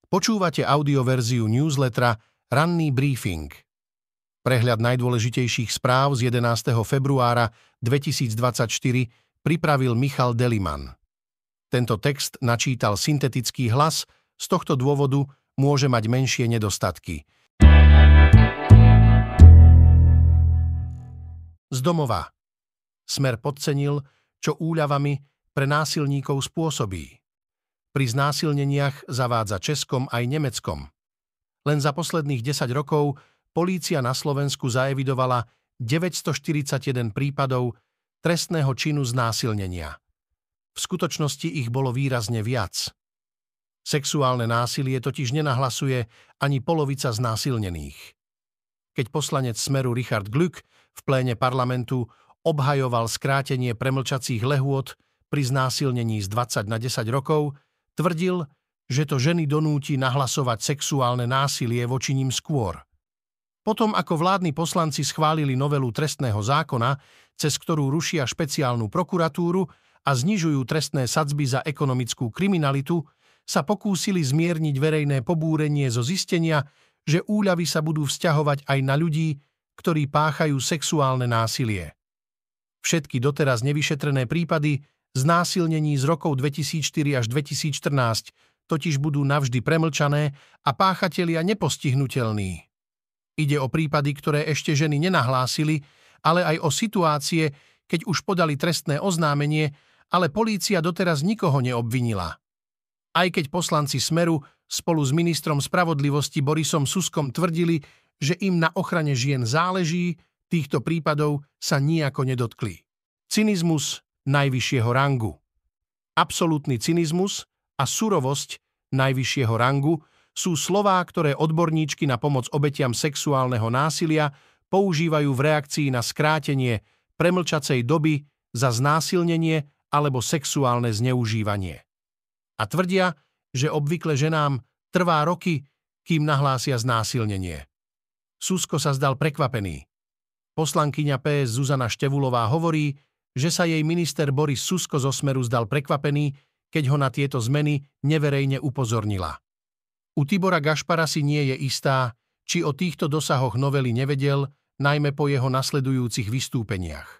Počúvate audioverziu newslettera Ranný briefing. Prehľad najdôležitejších správ z 11. februára 2024 pripravil Michal Deliman. Tento text načítal syntetický hlas, z tohto dôvodu môže mať menšie nedostatky. Z domova. Smer podcenil, čo úľavami pre násilníkov spôsobí. Pri znásilneniach zavádza Českom aj Nemeckom. Len za posledných 10 rokov polícia na Slovensku zaevidovala 941 prípadov trestného činu znásilnenia. V skutočnosti ich bolo výrazne viac. Sexuálne násilie totiž nenahlasuje ani polovica znásilnených. Keď poslanec Smeru Richard Glück v pléne parlamentu obhajoval skrátenie premlčacích lehôd pri znásilnení z 20 na 10 rokov, tvrdil, že to ženy donúti nahlasovať sexuálne násilie voči nim skôr. Potom, ako vládni poslanci schválili novelu trestného zákona, cez ktorú rušia špeciálnu prokuratúru a znižujú trestné sadzby za ekonomickú kriminalitu, sa pokúsili zmierniť verejné pobúrenie zo zistenia, že úľavy sa budú vzťahovať aj na ľudí, ktorí páchajú sexuálne násilie. Všetky doteraz nevyšetrené prípady znásilnení z rokov 2004 až 2014 totiž budú navždy premlčané a páchatelia nepostihnuteľní. Ide o prípady, ktoré ešte ženy nenahlásili, ale aj o situácie, keď už podali trestné oznámenie, ale polícia doteraz nikoho neobvinila. Aj keď poslanci Smeru spolu s ministrom spravodlivosti Borisom Suskom tvrdili, že im na ochrane žien záleží, týchto prípadov sa nijako nedotkli. Cynizmus najvyššieho rangu. Absolútny cynizmus a surovosť najvyššieho rangu sú slová, ktoré odborníčky na pomoc obetiam sexuálneho násilia používajú v reakcii na skrátenie premlčacej doby za znásilnenie alebo sexuálne zneužívanie. A tvrdia, že obvykle ženám trvá roky, kým nahlásia znásilnenie. Susko sa zdal prekvapený. Poslankyňa PS Zuzana Števulová hovorí, že sa jej minister Boris Susko zo Smeru zdal prekvapený, keď ho na tieto zmeny neverejne upozornila. U Tibora Gašpara si nie je istá, či o týchto dosahoch novely nevedel, najmä po jeho nasledujúcich vystúpeniach.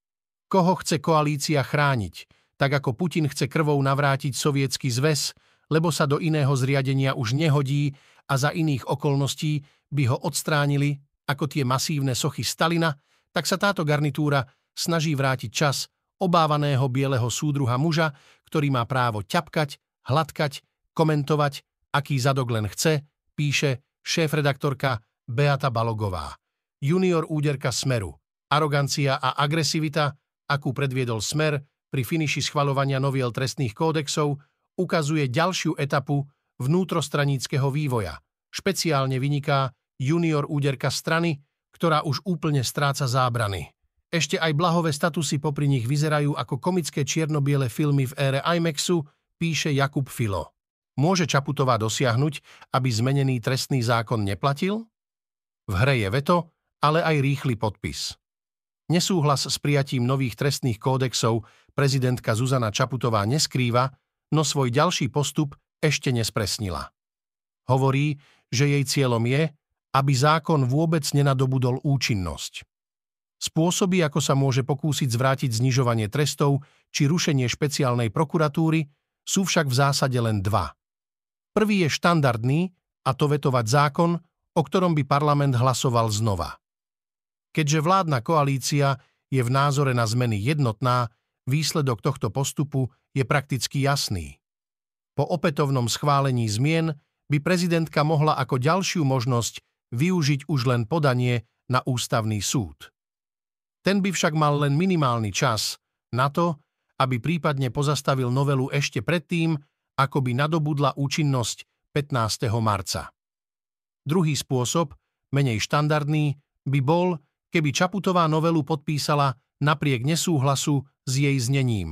Koho chce koalícia chrániť, tak ako Putin chce krvou navrátiť Sovietsky zväz, lebo sa do iného zriadenia už nehodí a za iných okolností by ho odstránili, ako tie masívne sochy Stalina, tak sa táto garnitúra snaží vrátiť čas obávaného bieleho súdruha muža, ktorý má právo ťapkať, hladkať, komentovať, aký zadok len chce, píše šéfredaktorka Beata Balogová. Junior úderka Smeru. Arogancia a agresivita, akú predviedol Smer pri finiši schvaľovania noviel trestných kódexov, ukazuje ďalšiu etapu vnútrostraníckeho vývoja. Špeciálne vyniká junior úderka strany, ktorá už úplne stráca zábrany. Ešte aj blahové statusy popri nich vyzerajú ako komické čierno-biele filmy v ére IMAXu, píše Jakub Filo. Môže Čaputová dosiahnuť, aby zmenený trestný zákon neplatil? V hre je veto, ale aj rýchly podpis. Nesúhlas s prijatím nových trestných kódexov prezidentka Zuzana Čaputová neskrýva, no svoj ďalší postup ešte nespresnila. Hovorí, že jej cieľom je, aby zákon vôbec nenadobudol účinnosť. Spôsoby, ako sa môže pokúsiť zvrátiť znižovanie trestov či rušenie špeciálnej prokuratúry, sú však v zásade len dva. Prvý je štandardný, a to vetovať zákon, o ktorom by parlament hlasoval znova. Keďže vládna koalícia je v názore na zmeny jednotná, výsledok tohto postupu je prakticky jasný. Po opätovnom schválení zmien by prezidentka mohla ako ďalšiu možnosť využiť už len podanie na ústavný súd. Ten by však mal len minimálny čas na to, aby prípadne pozastavil novelu ešte predtým, ako by nadobudla účinnosť 15. marca. Druhý spôsob, menej štandardný, by bol, keby Čaputová novelu podpísala napriek nesúhlasu s jej znením.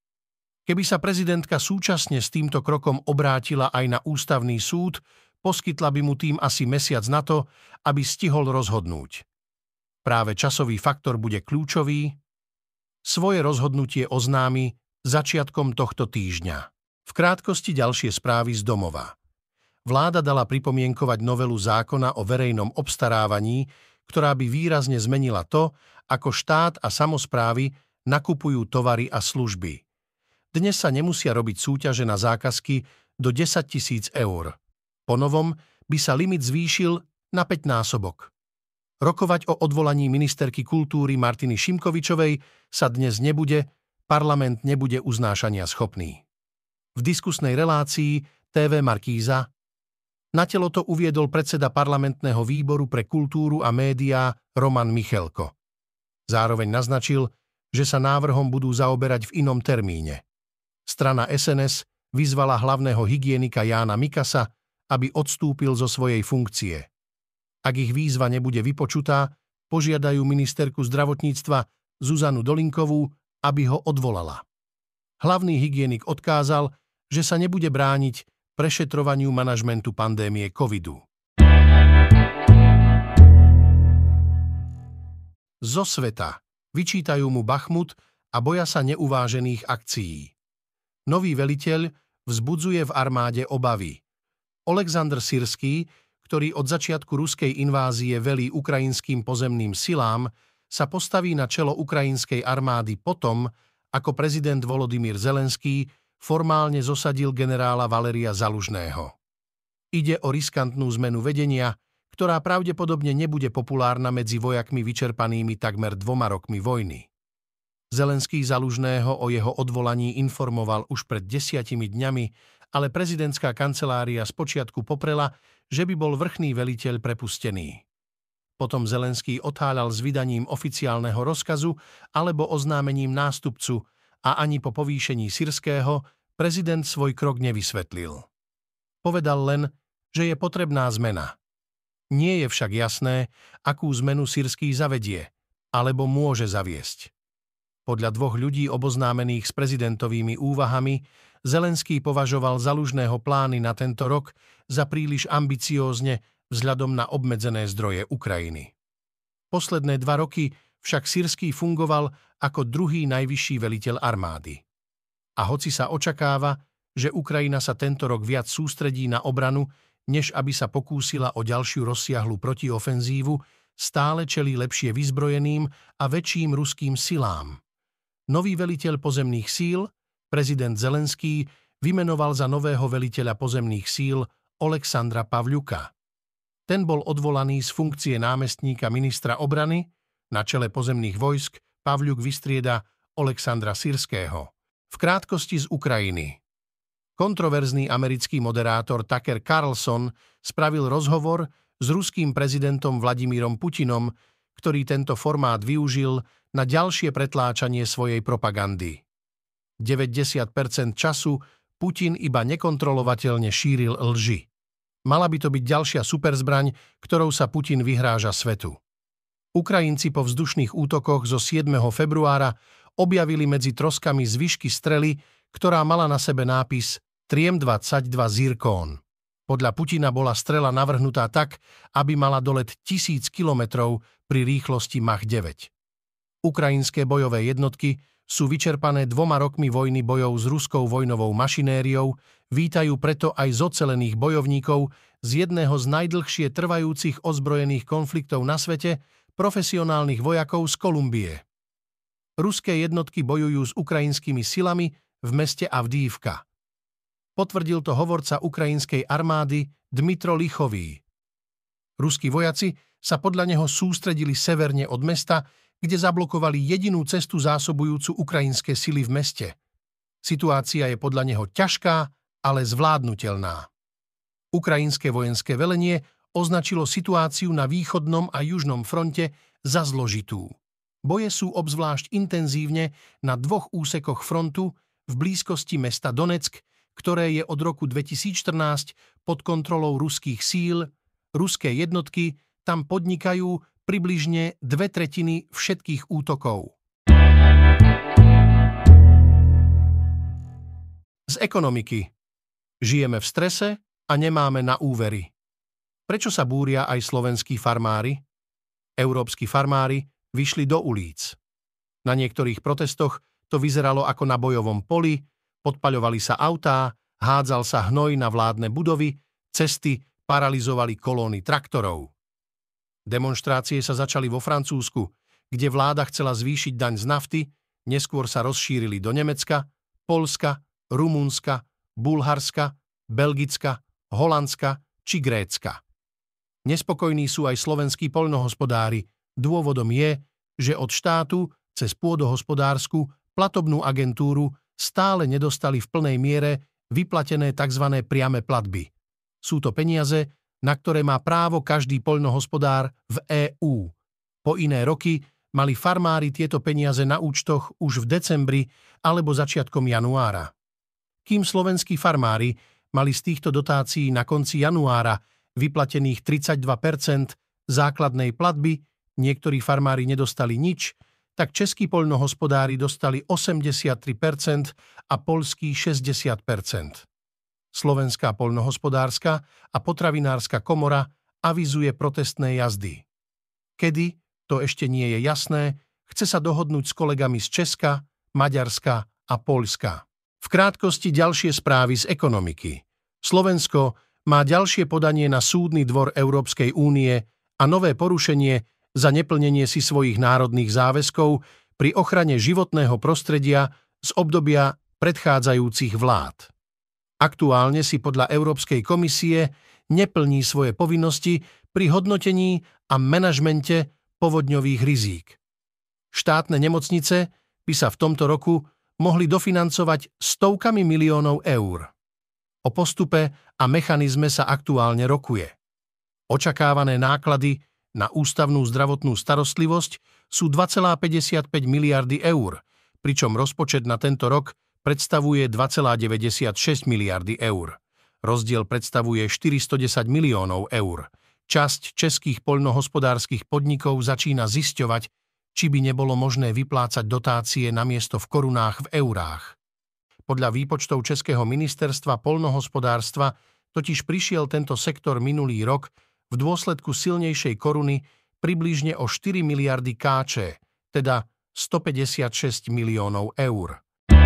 Keby sa prezidentka súčasne s týmto krokom obrátila aj na ústavný súd, poskytla by mu tým asi mesiac na to, aby stihol rozhodnúť. Práve časový faktor bude kľúčový. Svoje rozhodnutie oznámi začiatkom tohto týždňa. V krátkosti ďalšie správy z domova. Vláda dala pripomienkovať novelu zákona o verejnom obstarávaní, ktorá by výrazne zmenila to, ako štát a samosprávy nakupujú tovary a služby. Dnes sa nemusia robiť súťaže na zákazky do 10 000 eur. Po novom by sa limit zvýšil na 5-násobok. Rokovať o odvolaní ministerky kultúry Martiny Šimkovičovej sa dnes nebude, parlament nebude uznášania schopný. V diskusnej relácii TV Markíza na telo to uviedol predseda parlamentného výboru pre kultúru a médiá Roman Michelko. Zároveň naznačil, že sa návrhom budú zaoberať v inom termíne. Strana SNS vyzvala hlavného hygienika Jána Mikasa, aby odstúpil zo svojej funkcie. Ak ich výzva nebude vypočutá, požiadajú ministerku zdravotníctva Zuzanu Dolinkovú, aby ho odvolala. Hlavný hygienik odkázal, že sa nebude brániť prešetrovaniu manažmentu pandémie covidu. Zo sveta. Vyčítajú mu Bachmut a boja sa neuvážených akcií. Nový veliteľ vzbudzuje v armáde obavy. Oleksandr Syrský, ktorý od začiatku ruskej invázie velí ukrajinským pozemným silám, sa postaví na čelo ukrajinskej armády potom, ako prezident Volodymyr Zelenský formálne zosadil generála Valeria Zalužného. Ide o riskantnú zmenu vedenia, ktorá pravdepodobne nebude populárna medzi vojakmi vyčerpanými takmer 2 rokmi vojny. Zelenský Zalužného o jeho odvolaní informoval už pred 10 dňami, ale prezidentská kancelária spočiatku poprela, že by bol vrchný veliteľ prepustený. Potom Zelenský otáľal s vydaním oficiálneho rozkazu alebo oznámením nástupcu a ani po povýšení Syrského prezident svoj krok nevysvetlil. Povedal len, že je potrebná zmena. Nie je však jasné, akú zmenu Syrský zavedie, alebo môže zaviesť. Podľa 2 ľudí oboznámených s prezidentovými úvahami Zelenský považoval Zalužného plány na tento rok za príliš ambiciózne vzhľadom na obmedzené zdroje Ukrajiny. Posledné 2 roky však Syrský fungoval ako druhý najvyšší veliteľ armády. A hoci sa očakáva, že Ukrajina sa tento rok viac sústredí na obranu, než aby sa pokúsila o ďalšiu rozsiahlu protiofenzívu, stále čelí lepšie vyzbrojeným a väčším ruským silám. Nový veliteľ pozemných síl, prezident Zelenský, vymenoval za nového veliteľa pozemných síl Oleksandra Pavľuka. Ten bol odvolaný z funkcie námestníka ministra obrany, na čele pozemných vojsk Pavľuk vystrieda Oleksandra Syrského. V krátkosti z Ukrajiny. Kontroverzný americký moderátor Tucker Carlson spravil rozhovor s ruským prezidentom Vladimírom Putinom, ktorý tento formát využil na ďalšie pretláčanie svojej propagandy. 90% času Putin iba nekontrolovateľne šíril lži. Mala by to byť ďalšia superzbraň, ktorou sa Putin vyhráža svetu. Ukrajinci po vzdušných útokoch zo 7. februára objavili medzi troskami zvyšky strely, ktorá mala na sebe nápis Triem 22 Zirkon. Podľa Putina bola strela navrhnutá tak, aby mala dolet 1000 kilometrov pri rýchlosti Mach 9. Ukrajinské bojové jednotky sú vyčerpané 2 rokmi vojny bojov s ruskou vojnovou mašinériou, vítajú preto aj zocelených bojovníkov z jedného z najdlhšie trvajúcich ozbrojených konfliktov na svete, profesionálnych vojakov z Kolumbie. Ruské jednotky bojujú s ukrajinskými silami v meste Avdívka. Potvrdil to hovorca ukrajinskej armády Dmytro Lichový. Ruskí vojaci sa podľa neho sústredili severne od mesta, kde zablokovali jedinú cestu zásobujúcu ukrajinské sily v meste. Situácia je podľa neho ťažká, ale zvládnutelná. Ukrajinské vojenské velenie označilo situáciu na východnom a južnom fronte za zložitú. Boje sú obzvlášť intenzívne na 2 úsekoch frontu v blízkosti mesta Donetsk, ktoré je od roku 2014 pod kontrolou ruských síl. Ruské jednotky tam podnikajú približne 2/3 všetkých útokov. Z ekonomiky. Žijeme v strese a nemáme na úvery. Prečo sa búria aj slovenskí farmári? Európski farmári vyšli do ulíc. Na niektorých protestoch to vyzeralo ako na bojovom poli, podpaľovali sa autá, hádzal sa hnoj na vládne budovy, Cesty paralyzovali kolóny traktorov. Demonštrácie sa začali vo Francúzsku, kde vláda chcela zvýšiť daň z nafty, neskôr sa rozšírili do Nemecka, Poľska, Rumunska, Bulharska, Belgicka, Holandska či Grécka. Nespokojní sú aj slovenskí poľnohospodári. Dôvodom je, že od štátu cez pôdohospodársku platobnú agentúru stále nedostali v plnej miere vyplatené tzv. Priame platby. Sú to peniaze, na ktoré má právo každý poľnohospodár v EÚ. Po iné roky mali farmári tieto peniaze na účtoch už v decembri alebo začiatkom januára. Kým slovenskí farmári mali z týchto dotácií na konci januára vyplatených 32% základnej platby, niektorí farmári nedostali nič, tak českí poľnohospodári dostali 83% a poľskí 60%. Slovenská poľnohospodárska a potravinárska komora avizuje protestné jazdy. Kedy, to ešte nie je jasné, chce sa dohodnúť s kolegami z Česka, Maďarska a Poľska. V krátkosti ďalšie správy z ekonomiky. Slovensko má ďalšie podanie na Súdny dvor Európskej únie a nové porušenie za neplnenie si svojich národných záväzkov pri ochrane životného prostredia z obdobia predchádzajúcich vlád. Aktuálne si podľa Európskej komisie neplní svoje povinnosti pri hodnotení a manažmente povodňových rizík. Štátne nemocnice by sa v tomto roku mohli dofinancovať stovkami miliónov eur. O postupe a mechanizme sa aktuálne rokuje. Očakávané náklady na ústavnú zdravotnú starostlivosť sú 2,55 miliardy eur, pričom rozpočet na tento rok predstavuje 2,96 miliardy eur. Rozdiel predstavuje 410 miliónov eur. Časť českých poľnohospodárskych podnikov začína zisťovať, či by nebolo možné vyplácať dotácie namiesto v korunách v eurách. Podľa výpočtov Českého ministerstva poľnohospodárstva totiž prišiel tento sektor minulý rok v dôsledku silnejšej koruny približne o 4 miliardy káče, teda 156 miliónov eur.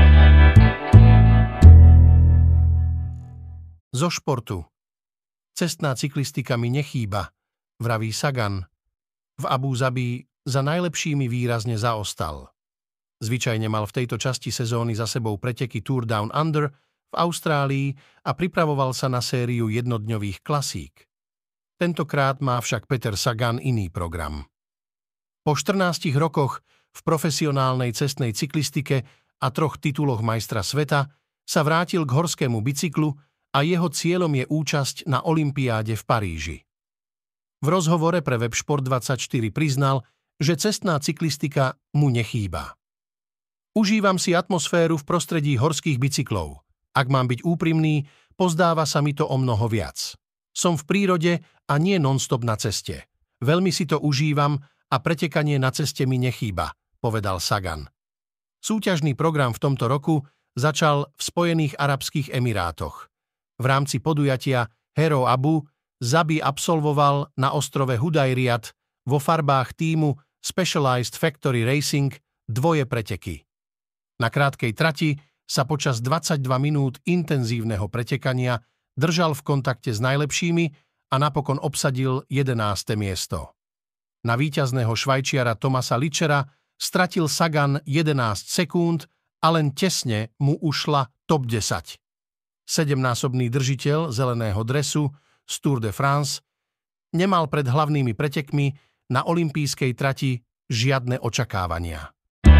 Zo športu. Cestná cyklistika mi nechýba, vraví Sagan. V Abu Zabi za najlepšími výrazne zaostal. Zvyčajne mal v tejto časti sezóny za sebou preteky Tour Down Under v Austrálii a pripravoval sa na sériu jednodňových klasík. Tentokrát má však Peter Sagan iný program. Po 14 rokoch v profesionálnej cestnej cyklistike a 3 tituloch majstra sveta sa vrátil k horskému bicyklu a jeho cieľom je účasť na olympiáde v Paríži. V rozhovore pre Websport24 priznal, že cestná cyklistika mu nechýba. Užívam si atmosféru v prostredí horských bicyklov. Ak mám byť úprimný, pozdáva sa mi to o mnoho viac. Som v prírode a nie non-stop na ceste. Veľmi si to užívam a pretekanie na ceste mi nechýba, povedal Sagan. Súťažný program v tomto roku začal v Spojených arabských emirátoch. V rámci podujatia Hero Abu Zabi absolvoval na ostrove Hudajriat vo farbách tímu Specialized Factory Racing 2 preteky. Na krátkej trati sa počas 22 minút intenzívneho pretekania držal v kontakte s najlepšími a napokon obsadil 11. miesto. Na víťazného Švajčiara Thomasa Lichera stratil Sagan 11 sekúnd a len tesne mu ušla top 10. 7-násobný držiteľ zeleného dresu z Tour de France nemal pred hlavnými pretekmi na olympijskej trati žiadne očakávania.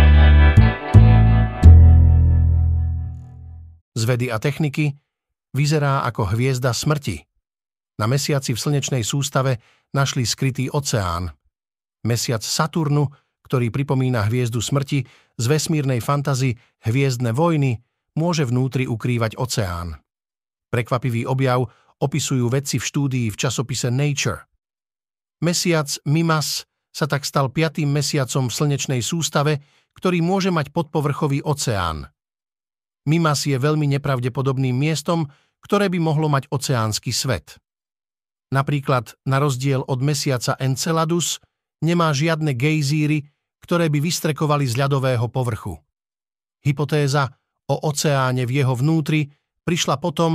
Z vedy a techniky vyzerá ako hviezda smrti. Na mesiaci v slnečnej sústave našli skrytý oceán. Mesiac Saturnu, ktorý pripomína hviezdu smrti z vesmírnej fantasy Hviezdne vojny, môže vnútri ukrývať oceán. Prekvapivý objav opisujú vedci v štúdii v časopise Nature. Mesiac Mimas sa tak stal 5. mesiacom v slnečnej sústave, ktorý môže mať podpovrchový oceán. Mimas je veľmi nepravdepodobným miestom, ktoré by mohlo mať oceánsky svet. Napríklad, na rozdiel od mesiaca Enceladus, nemá žiadne gejzíry, ktoré by vystrekovali z ľadového povrchu. Hypotéza o oceáne v jeho vnútri prišla potom,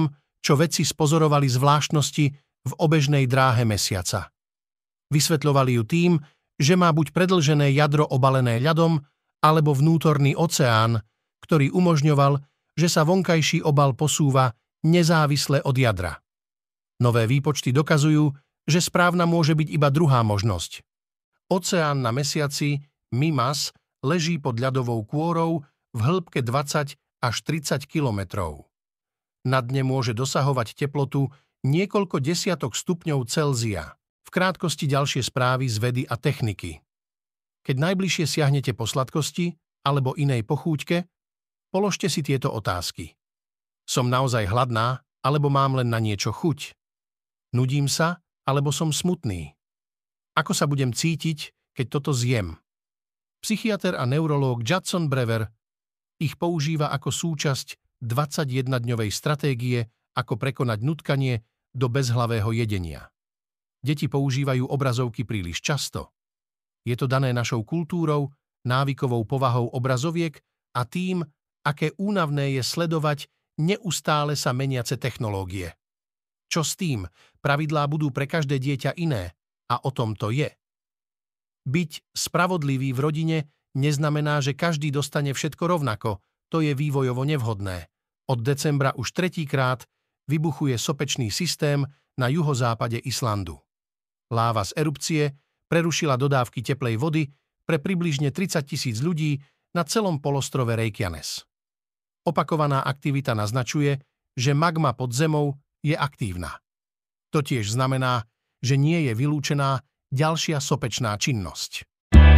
čo vedci spozorovali zvláštnosti v obežnej dráhe mesiaca. Vysvetľovali ju tým, že má buď predĺžené jadro obalené ľadom, alebo vnútorný oceán, ktorý umožňoval, že sa vonkajší obal posúva nezávisle od jadra. Nové výpočty dokazujú, že správna môže byť iba druhá možnosť. Oceán na mesiaci, Mimas, leží pod ľadovou kôrou v hĺbke 20 až 30 kilometrov. Na dne môže dosahovať teplotu niekoľko desiatok stupňov Celzia. V krátkosti ďalšie správy z vedy a techniky. Keď najbližšie siahnete po sladkosti alebo inej pochúťke, položte si tieto otázky. Som naozaj hladná, alebo mám len na niečo chuť? Nudím sa, alebo som smutný? Ako sa budem cítiť, keď toto zjem? Psychiater a neurológ Judson Brewer ich používa ako súčasť 21-dňovej stratégie, ako prekonať nutkanie do bezhlavého jedenia. Deti používajú obrazovky príliš často. Je to dané našou kultúrou, návykovou povahou obrazoviek a tým, aké únavné je sledovať neustále sa meniace technológie. Čo s tým? Pravidlá budú pre každé dieťa iné a o tom to je. Byť spravodlivý v rodine neznamená, že každý dostane všetko rovnako. To je vývojovo nevhodné. Od decembra už tretíkrát vybuchuje sopečný systém na juhozápade Islandu. Láva z erupcie prerušila dodávky teplej vody pre približne 30 000 ľudí na celom polostrove Reykjanes. Opakovaná aktivita naznačuje, že magma pod zemou je aktívna. To tiež znamená, že nie je vylúčená ďalšia sopečná činnosť.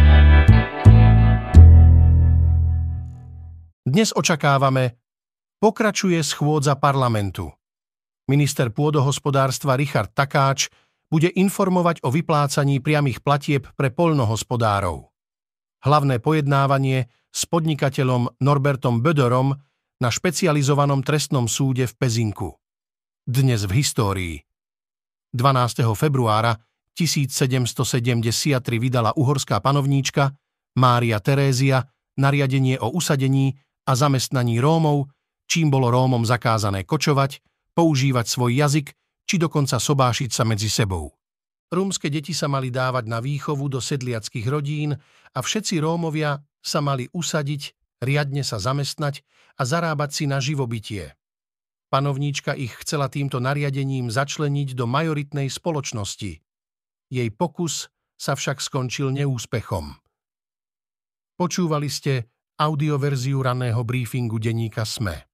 Dnes očakávame, pokračuje schôdza parlamentu. Minister pôdohospodárstva Richard Takáč bude informovať o vyplácaní priamych platieb pre poľnohospodárov. Hlavné pojednávanie s podnikateľom Norbertom Böderom na špecializovanom trestnom súde v Pezinku. Dnes v histórii. 12. februára 1773 vydala uhorská panovníčka Mária Terézia nariadenie o usadení a zamestnaní Rómov, čím bolo Rómom zakázané kočovať, používať svoj jazyk či dokonca sobášiť sa medzi sebou. Rómske deti sa mali dávať na výchovu do sedliackych rodín a všetci Rómovia sa mali usadiť, riadne sa zamestnať a zarábať si na živobytie. Panovníčka ich chcela týmto nariadením začleniť do majoritnej spoločnosti. Jej pokus sa však skončil neúspechom. Počúvali ste audioverziu ranného briefingu denníka SME.